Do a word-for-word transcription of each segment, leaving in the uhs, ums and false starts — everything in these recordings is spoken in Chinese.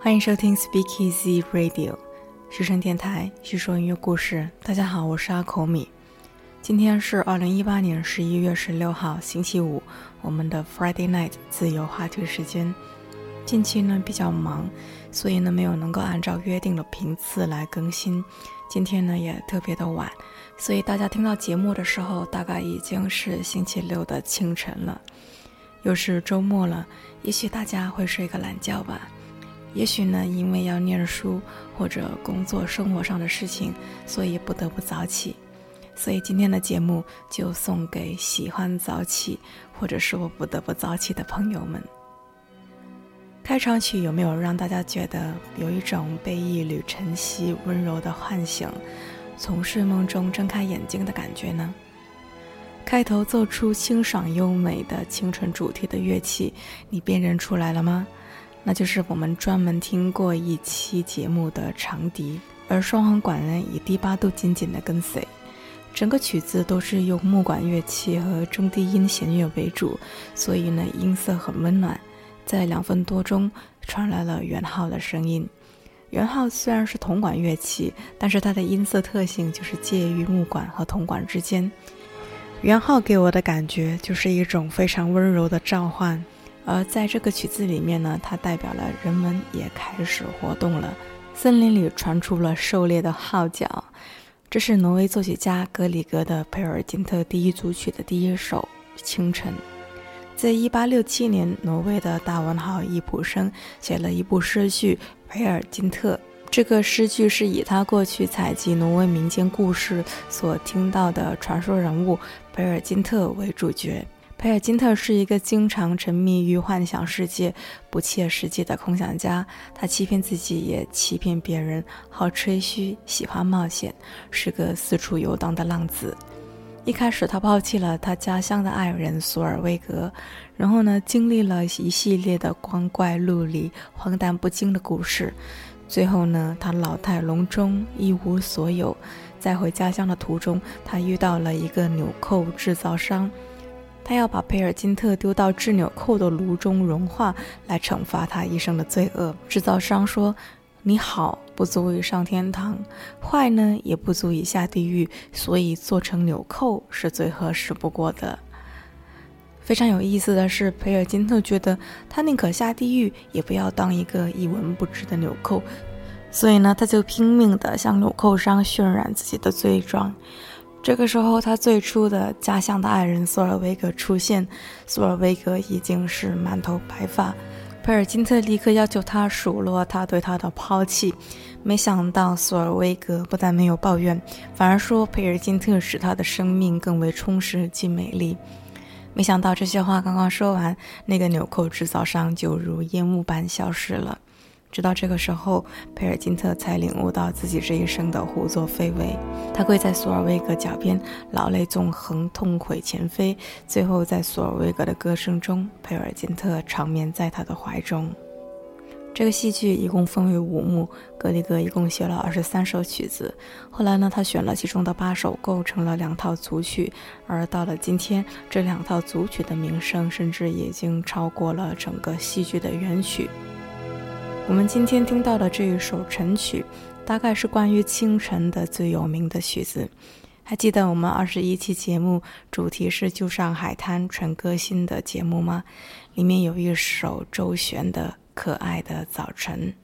欢迎收听 Speakeasy Radio 徐声电台，叙说音乐故事。大家好，我是阿口米。今天是二零一八年十一月十六号星期五，我们的 Friday Night 自由话题时间。近期呢比较忙，所以呢没有能够按照约定的频次来更新。今天呢也特别的晚，所以大家听到节目的时候大概已经是星期六的清晨了，又是周末了，也许大家会睡个懒觉吧，也许呢因为要念书或者工作生活上的事情，所以不得不早起。所以今天的节目就送给喜欢早起或者是我不得不早起的朋友们。开场曲有没有让大家觉得有一种被一缕晨曦温柔的唤醒，从睡梦中睁开眼睛的感觉呢？开头奏出清爽优美的清纯主题的乐器，你辨认出来了吗？那就是我们专门听过一期节目的长笛，而双簧管呢以低八度紧紧的跟随。整个曲子都是用木管乐器和中低音弦乐为主，所以呢音色很温暖。在两分多钟传来了圆号的声音。圆号虽然是铜管乐器，但是它的音色特性就是介于木管和铜管之间。圆号给我的感觉就是一种非常温柔的召唤，而在这个曲子里面呢，它代表了人们也开始活动了。森林里传出了狩猎的号角。这是挪威作曲家格里格的培尔金特第一组曲的第一首清晨。在一八六七年，挪威的大文豪易卜生写了一部诗句《培尔金特》。这个诗句是以他过去采集挪威民间故事所听到的传说人物培尔金特为主角。培尔金特是一个经常沉迷于幻想世界、不切实际的空想家，他欺骗自己也欺骗别人，好吹嘘，喜欢冒险，是个四处游荡的浪子。一开始他抛弃了他家乡的爱人索尔威格，然后呢经历了一系列的光怪陆离、荒诞不经的故事，最后呢他老态龙钟，一无所有。在回家乡的途中，他遇到了一个纽扣制造商，他要把培尔金特丢到制纽扣的炉中融化，来惩罚他一生的罪恶。制造商说，你好不足以上天堂，坏呢也不足以下地狱，所以做成纽扣是最合适不过的。非常有意思的是，培尔金特觉得他宁可下地狱也不要当一个一文不值的纽扣，所以呢他就拼命地向纽扣商渲染自己的罪状。这个时候他最初的家乡的爱人索尔维格出现，索尔维格已经是满头白发。培尔金特立刻要求他数落他对他的抛弃，没想到索尔威格不但没有抱怨，反而说培尔金特使他的生命更为充实及美丽。没想到这些话刚刚说完，那个纽扣制造商就如烟雾般消失了。直到这个时候，培尔金特才领悟到自己这一生的胡作非为。他跪在索尔威格脚边，老泪纵横，痛悔前非。最后在索尔威格的歌声中，培尔金特长眠在他的怀中。这个戏剧一共分为五幕，格里格一共写了二十三首曲子。后来呢，他选了其中的八首，构成了两套组曲。而到了今天，这两套组曲的名声甚至已经超过了整个戏剧的原曲。我们今天听到的这一首晨曲，大概是关于清晨的最有名的曲子。还记得我们二十一期节目主题是就上海滩纯歌星的节目吗？里面有一首周璇的《可爱的早晨》。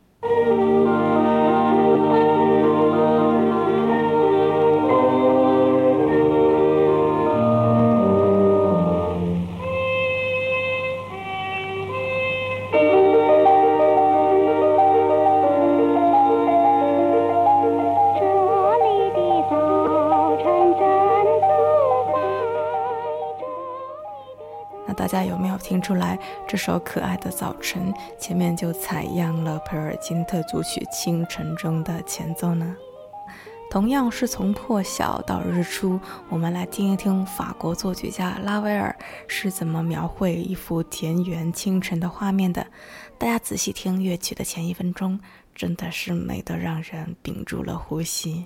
大家有没有听出来，这首《可爱的早晨》前面就采样了培尔金特组曲《清晨》中的前奏呢？同样是从破晓到日出，我们来听一听法国作曲家拉威尔是怎么描绘一幅田园清晨的画面的。大家仔细听乐曲的前一分钟，真的是美得让人屏住了呼吸。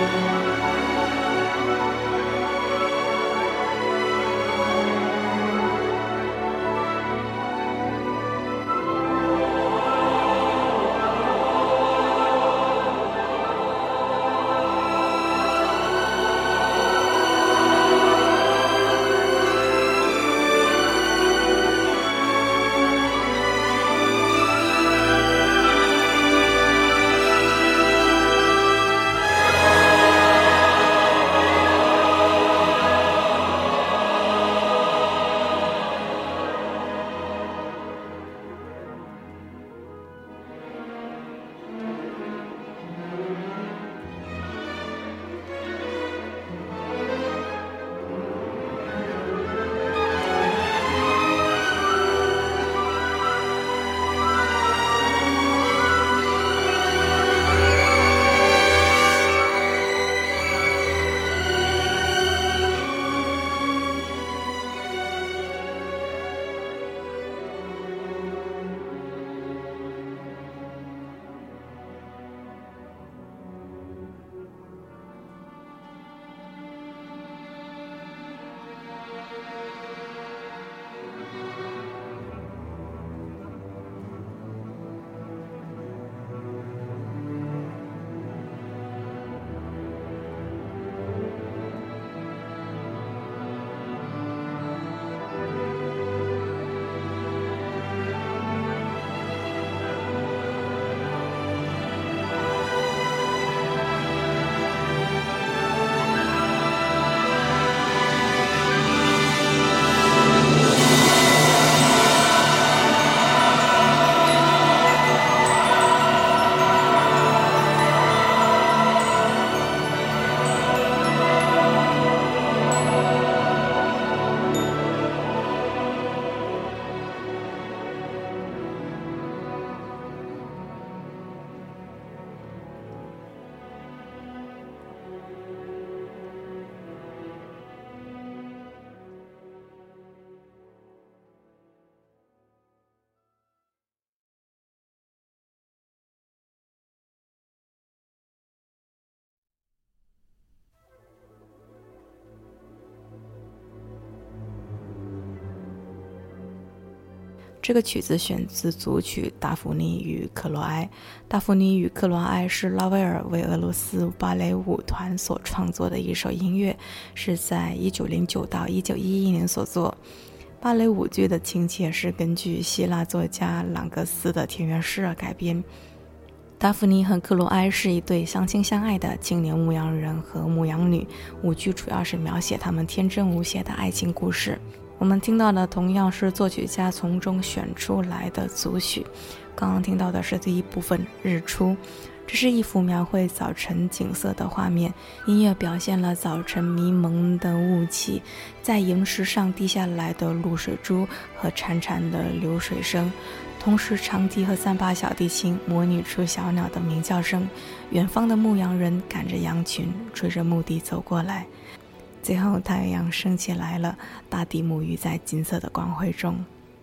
这个曲子选自组曲《达芙妮与克罗埃》。《达芙妮与克罗埃》是拉威尔为俄罗斯芭蕾舞团所创作的一首音乐，是在一九零九到一九一一年所作。芭蕾舞剧的情节是根据希腊作家朗格斯的田园诗而改编。达芙妮和克罗埃是一对相亲相爱的青年牧羊人和牧羊女，舞剧主要是描写他们天真无邪的爱情故事。我们听到的同样是作曲家从中选出来的组曲，刚刚听到的是第一部分《日出》，这是一幅描绘早晨景色的画面，音乐表现了早晨迷蒙的雾气，在岩石上滴下来的露水珠和潺潺的流水声，同时长笛和三把小提琴模拟出小鸟的鸣叫声，远方的牧羊人赶着羊群追着牧地走过来。最后太阳升起来了，大地沐浴在金色的光辉中。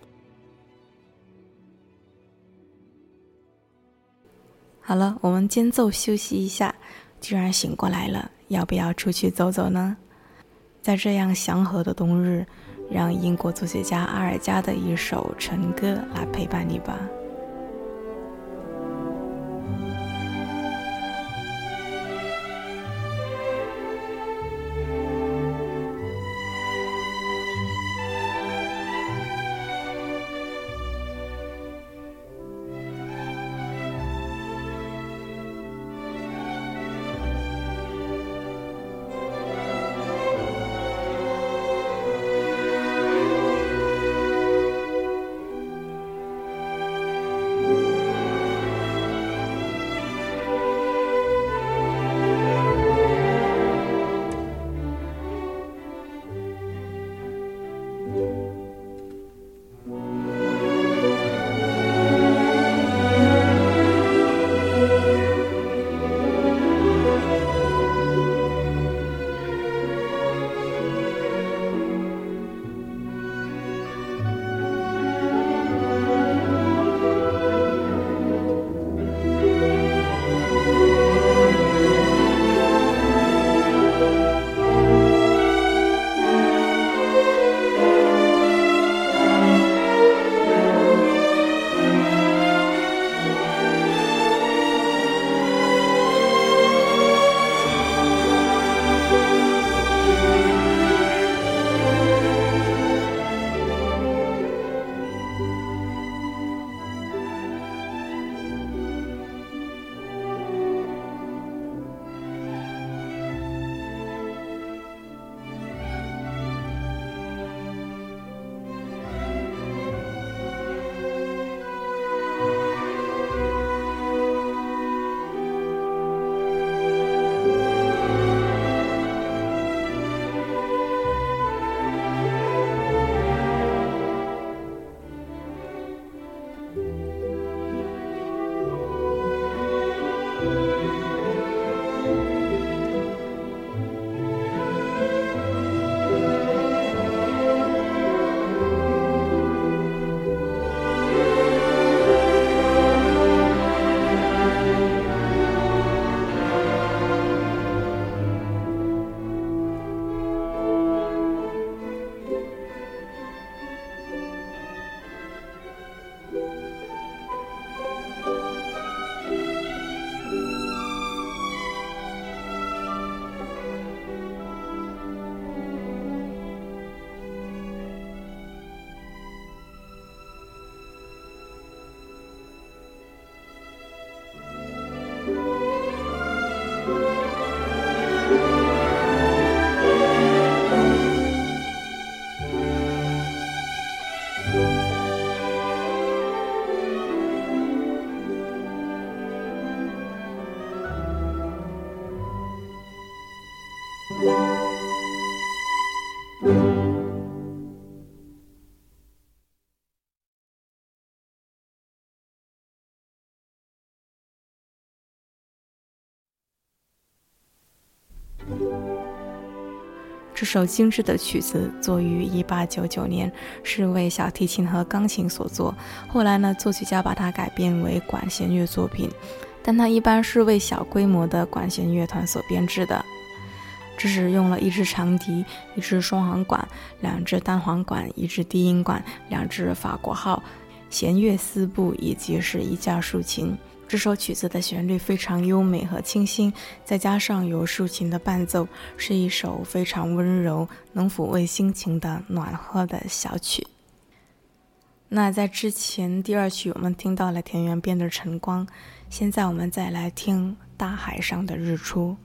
好了，我们间奏休息一下，居然醒过来了，要不要出去走走呢？在这样祥和的冬日，让英国作曲家阿尔加的一首晨歌来陪伴你吧。 这首精致的曲子作于一八九九年，是为小提琴和钢琴所作。后来呢，作曲家把它改编为管弦乐作品，但它一般是为小规模的管弦乐团所编制的。这是用了一支长笛、一支双簧管、两支单簧管、一支低音管、两支法国号、弦乐四部以及是一架竖琴。这首曲子的旋律非常优美和清新，再加上有竖琴的伴奏，是一首非常温柔、能抚慰心情的暖和的小曲。那在之前第二曲我们听到了田园边的晨光，现在我们再来听大海上的日出。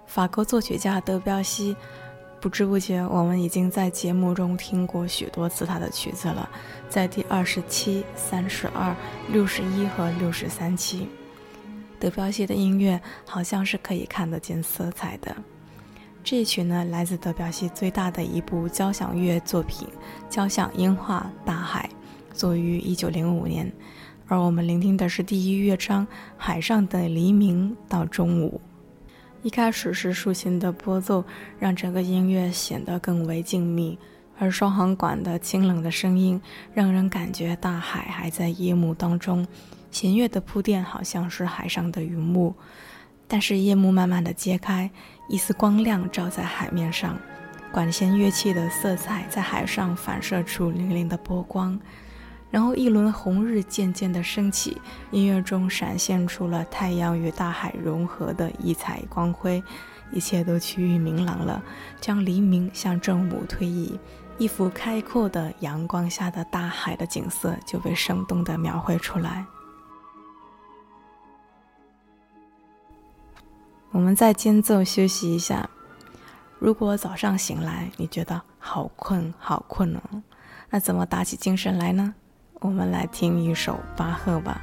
法国作曲家德彪西，不知不觉我们已经在节目中听过许多次他的曲子了，在第二十七、三十二、六十一和六十三期。德彪西的音乐好像是可以看得见色彩的。这一曲呢，来自德彪西最大的一部交响乐作品《交响音画大海》，作于一九零五年。而我们聆听的是第一乐章《海上的黎明到中午》。一开始是竖琴的拨奏，让整个音乐显得更为静谧，而双簧管的清冷的声音让人感觉大海还在夜幕当中。弦乐的铺垫好像是海上的云幕，但是夜幕慢慢的揭开，一丝光亮照在海面上，管弦乐器的色彩在海上反射出粼粼的波光，然后一轮红日渐渐地升起，音乐中闪现出了太阳与大海融合的异彩光辉，一切都趋于明朗了，将黎明向正午推移，一幅开阔的阳光下的大海的景色就被生动地描绘出来。我们在间奏休息一下。如果早上醒来你觉得好困好困哦，那怎么打起精神来呢？我们来听一首巴赫吧。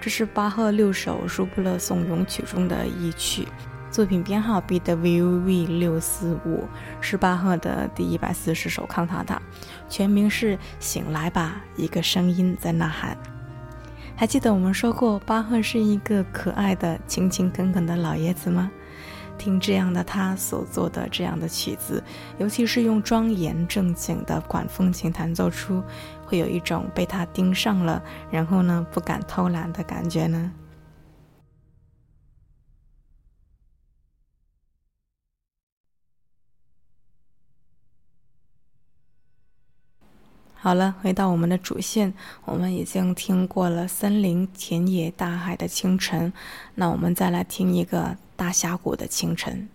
这是巴赫六首舒伯勒颂咏曲中的一曲，作品编号 B W V 六四五，是巴赫的第一百四十首康塔塔，全名是醒来吧，一个声音在呐喊。还记得我们说过巴赫是一个可爱的勤勤恳恳的老爷子吗？听这样的他所做的这样的曲子，尤其是用庄严正经的管风琴弹奏出，会有一种被他盯上了，然后呢不敢偷懒的感觉呢。好了，回到我们的主线，我们已经听过了森林、田野、大海的清晨，那我们再来听一个大峡谷的清晨。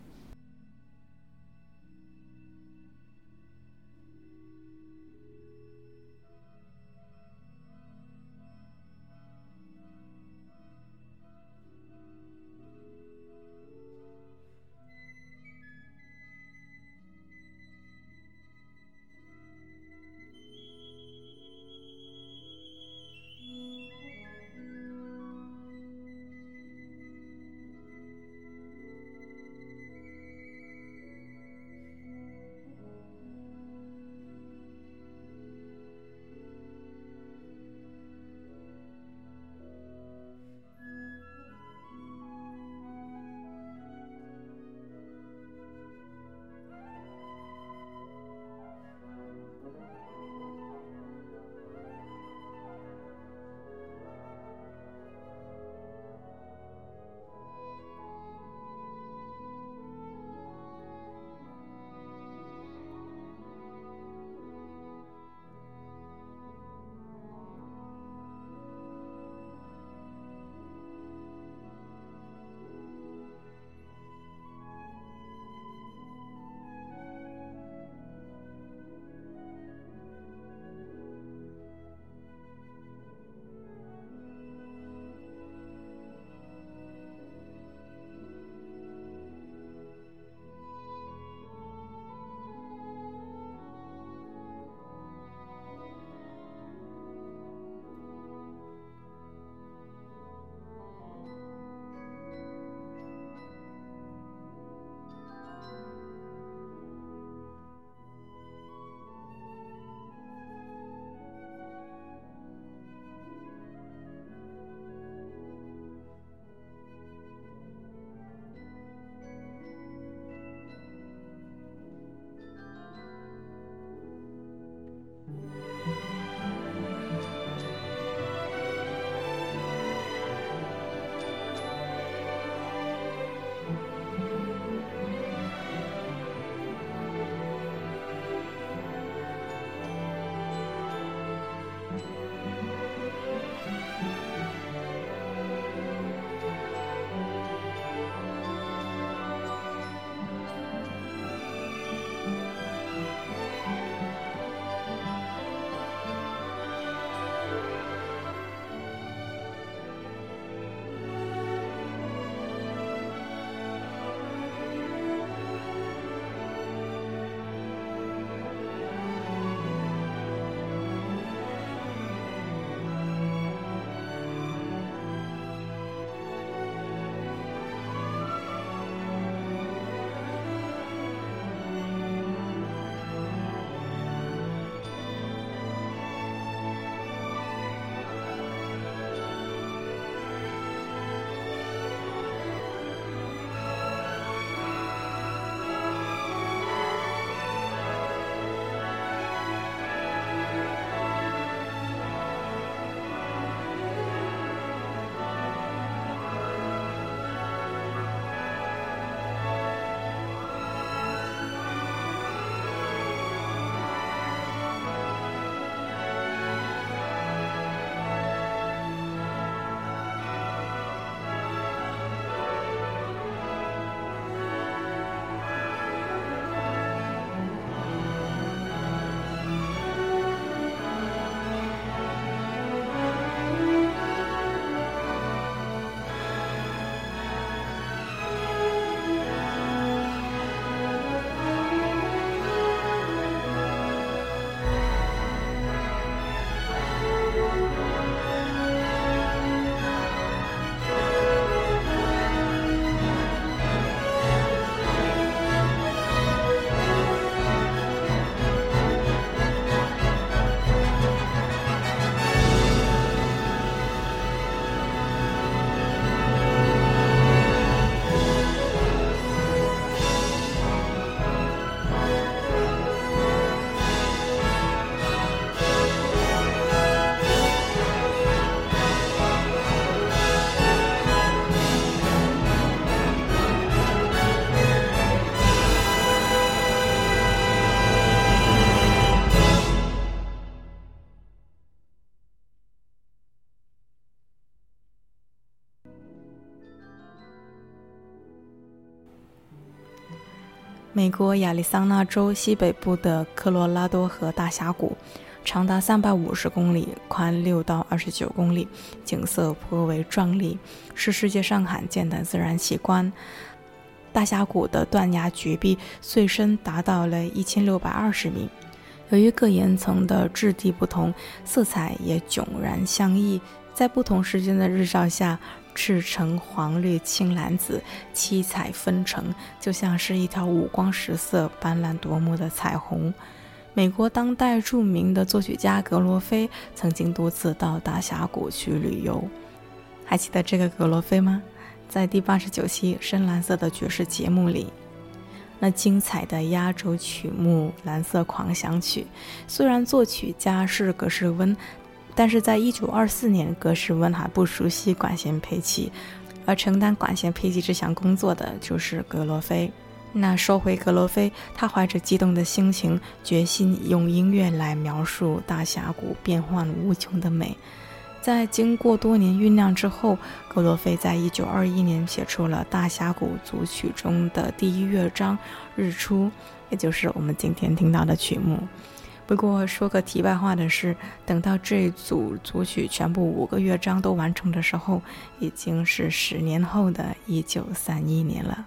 美国亚利桑那州西北部的科罗拉多河大峡谷，长达三百五十公里，宽六到二十九公里，景色颇为壮丽，是世界上罕见的自然奇观。大峡谷的断崖绝壁最深达到了一千六百二十米。由于各岩层的质地不同，色彩也迥然相异，在不同时间的日照下，赤橙黄绿青蓝紫七彩纷呈，就像是一条五光十色斑斓夺目的彩虹。美国当代著名的作曲家格罗菲曾经多次到大峡谷去旅游。还记得这个格罗菲吗？在第八十九期深蓝色的爵士节目里，那精彩的压轴曲目《蓝色狂想曲》，虽然作曲家是格什温，但是在一九二四年，格什温还不熟悉管弦配器，而承担管弦配器这项工作的就是格罗菲。那说回格罗菲，他怀着激动的心情，决心用音乐来描述大峡谷变幻无穷的美。在经过多年酝酿之后，格罗菲在一九二一年写出了大峡谷组曲中的第一乐章《日出》，也就是我们今天听到的曲目。不过说个题外话的是，等到这组组曲全部五个乐章都完成的时候，已经是十年后的一九三一年了。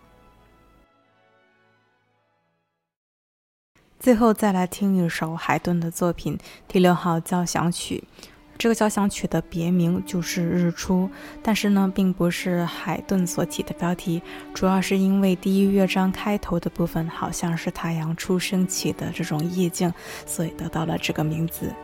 最后再来听一首海顿的作品《第六号交响曲》。这个交响曲的别名就是《日出》，但是呢，并不是海顿所起的标题，主要是因为第一乐章开头的部分好像是太阳初升起的这种夜景，所以得到了这个名字。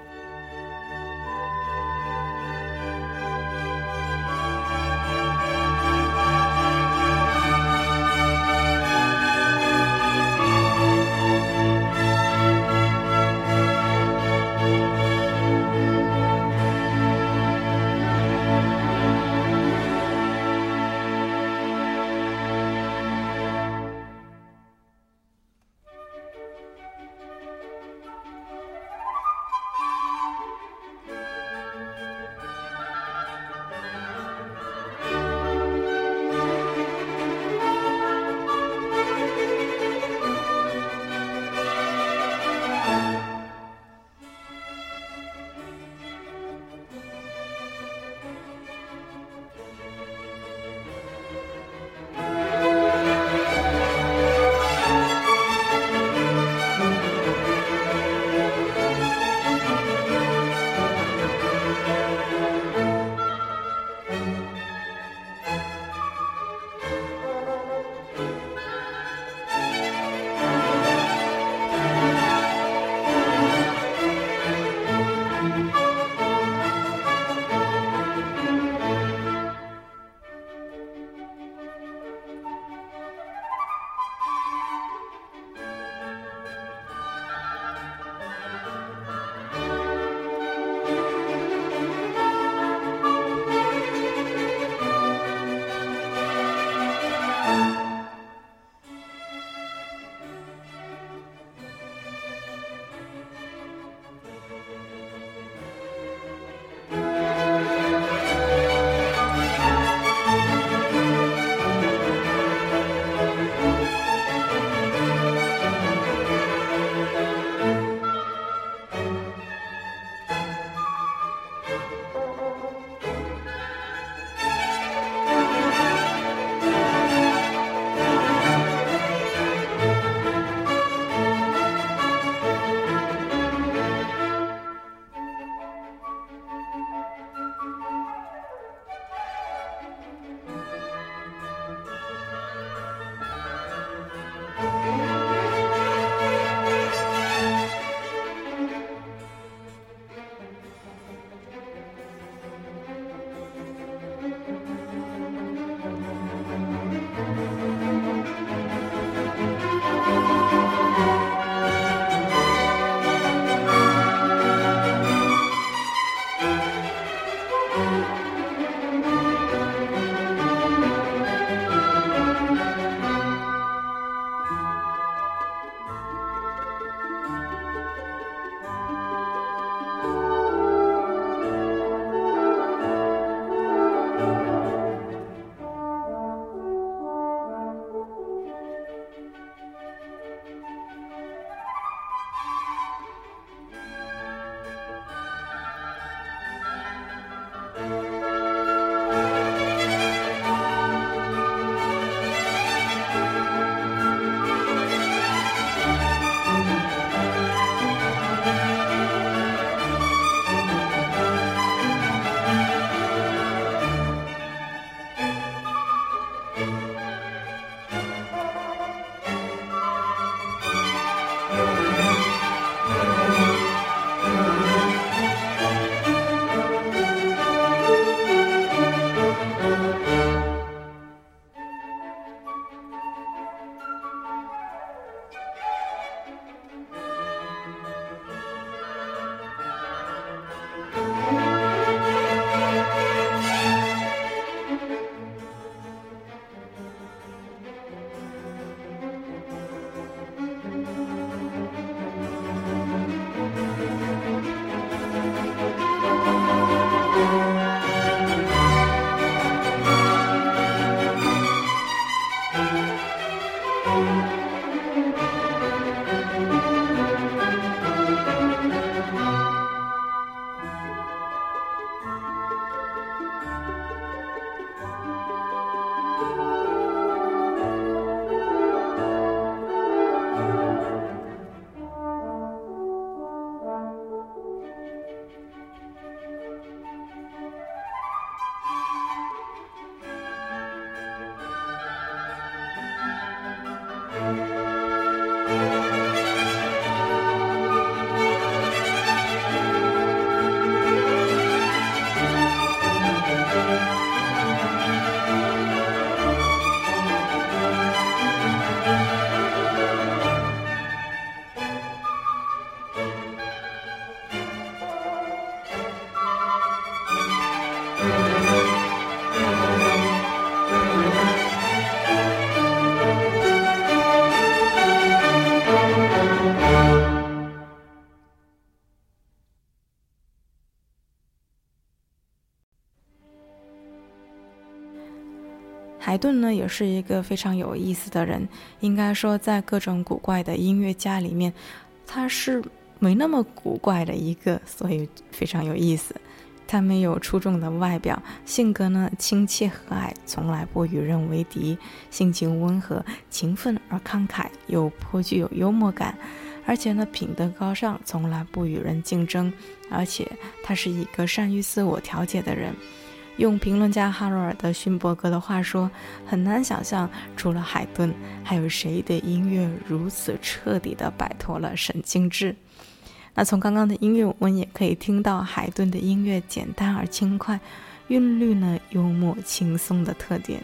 海顿呢也是一个非常有意思的人，应该说在各种古怪的音乐家里面，他是没那么古怪的一个，所以非常有意思。他没有出众的外表，性格呢亲切和蔼，从来不与人为敌，性情温和，勤奋而慷慨，又颇具有幽默感，而且呢品德高尚，从来不与人竞争，而且他是一个善于自我调节的人。用评论家哈罗尔德·勋伯格的话说，很难想象除了海顿，还有谁的音乐如此彻底地摆脱了神经质。那从刚刚的音乐我们也可以听到海顿的音乐简单而轻快，韵律呢幽默轻松的特点。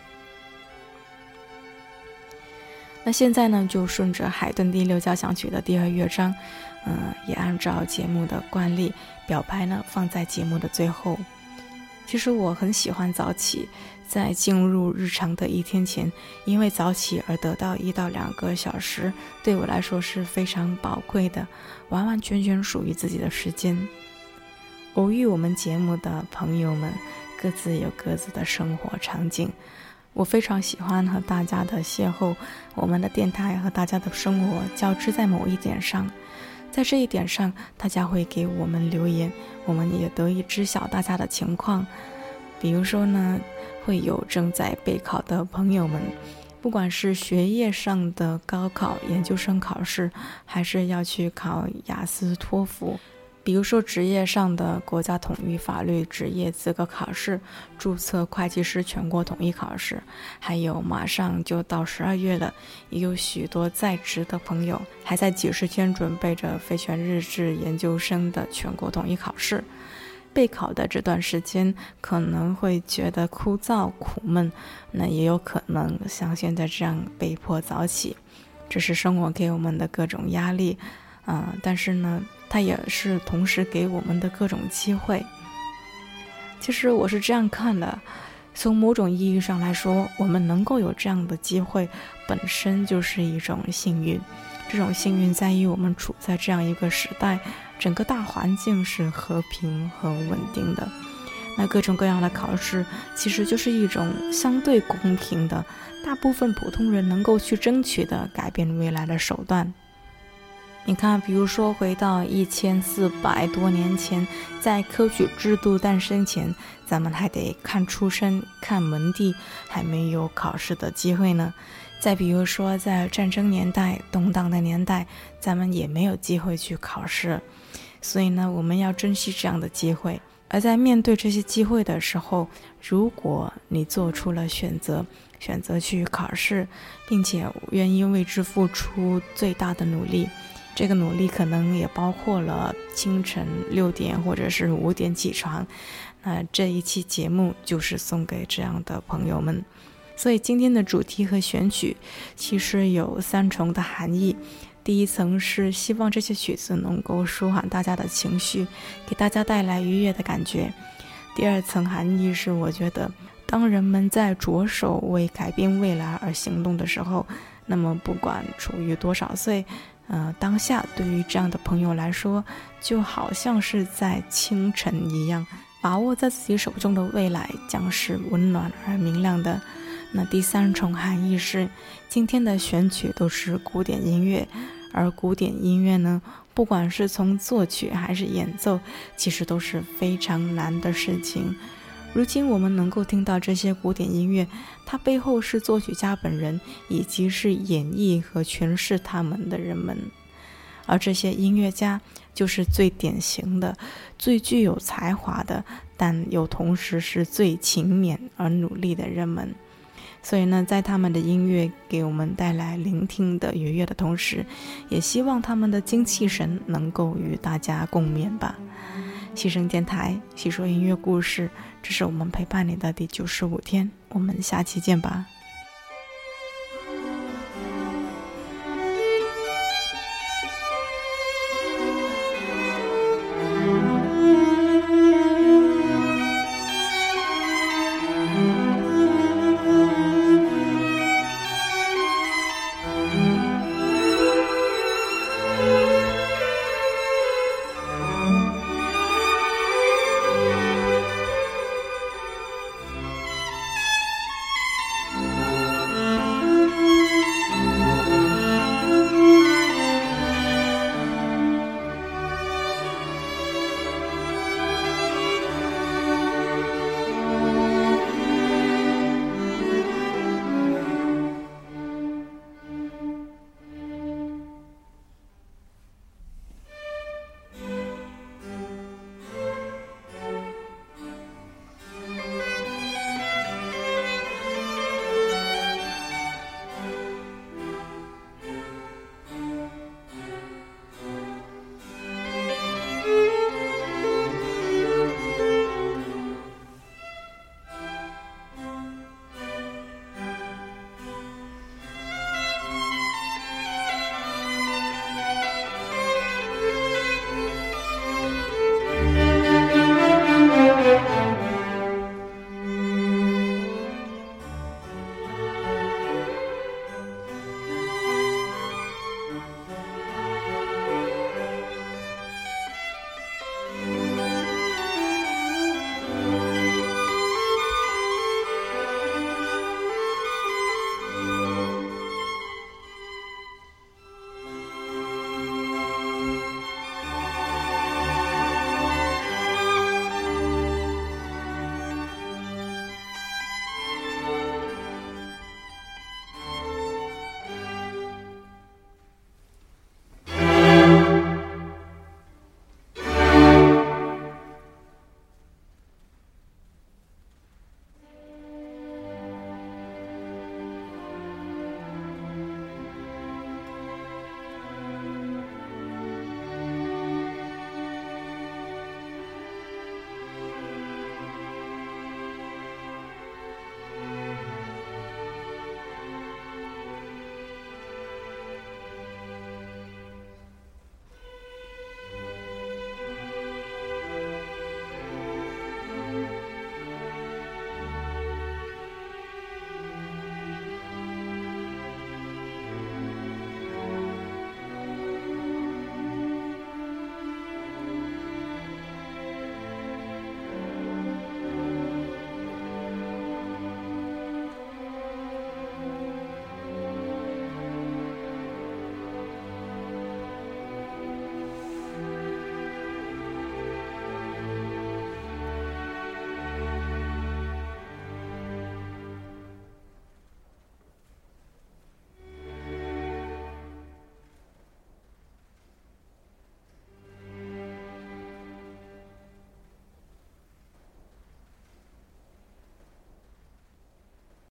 那现在呢就顺着海顿第六交响曲的第二乐章，嗯、呃，也按照节目的惯例，表白呢放在节目的最后。其实我很喜欢早起，在进入日常的一天前，因为早起而得到一到两个小时，对我来说是非常宝贵的，完完全全属于自己的时间。偶遇我们节目的朋友们，各自有各自的生活场景，我非常喜欢和大家的邂逅，我们的电台和大家的生活交织在某一点上，在这一点上，大家会给我们留言，我们也得以知晓大家的情况。比如说呢，会有正在备考的朋友们，不管是学业上的高考、研究生考试，还是要去考雅思、托福，比如说职业上的国家统一法律职业资格考试、注册会计师全国统一考试，还有马上就到十二月了，也有许多在职的朋友还在几十天准备着非全日制研究生的全国统一考试。备考的这段时间可能会觉得枯燥苦闷，那也有可能像现在这样被迫早起，这是生活给我们的各种压力，呃、但是呢它也是同时给我们的各种机会。其实我是这样看的，从某种意义上来说，我们能够有这样的机会本身就是一种幸运。这种幸运在于我们处在这样一个时代，整个大环境是和平和稳定的，那各种各样的考试其实就是一种相对公平的，大部分普通人能够去争取的改变未来的手段。你看，比如说回到一千四百多年前，在科举制度诞生前，咱们还得看出身、看门第，还没有考试的机会呢。再比如说在战争年代、动荡的年代，咱们也没有机会去考试，所以呢我们要珍惜这样的机会。而在面对这些机会的时候，如果你做出了选择，选择去考试，并且愿意为之付出最大的努力，这个努力可能也包括了清晨六点或者是五点起床，那这一期节目就是送给这样的朋友们。所以今天的主题和选曲其实有三重的含义。第一层是希望这些曲子能够舒缓大家的情绪，给大家带来愉悦的感觉。第二层含义是，我觉得当人们在着手为改变未来而行动的时候，那么不管处于多少岁，呃，当下对于这样的朋友来说，就好像是在清晨一样，把握在自己手中的未来将是温暖而明亮的。那第三重含义是，今天的选曲都是古典音乐，而古典音乐呢，不管是从作曲还是演奏，其实都是非常难的事情。如今我们能够听到这些古典音乐，它背后是作曲家本人，以及是演绎和诠释他们的人们。而这些音乐家就是最典型的、最具有才华的，但又同时是最勤勉而努力的人们。所以呢，在他们的音乐给我们带来聆听的愉悦的同时，也希望他们的精气神能够与大家共勉吧。西声电台，细说音乐故事，这是我们陪伴你的第九十五天，我们下期见吧。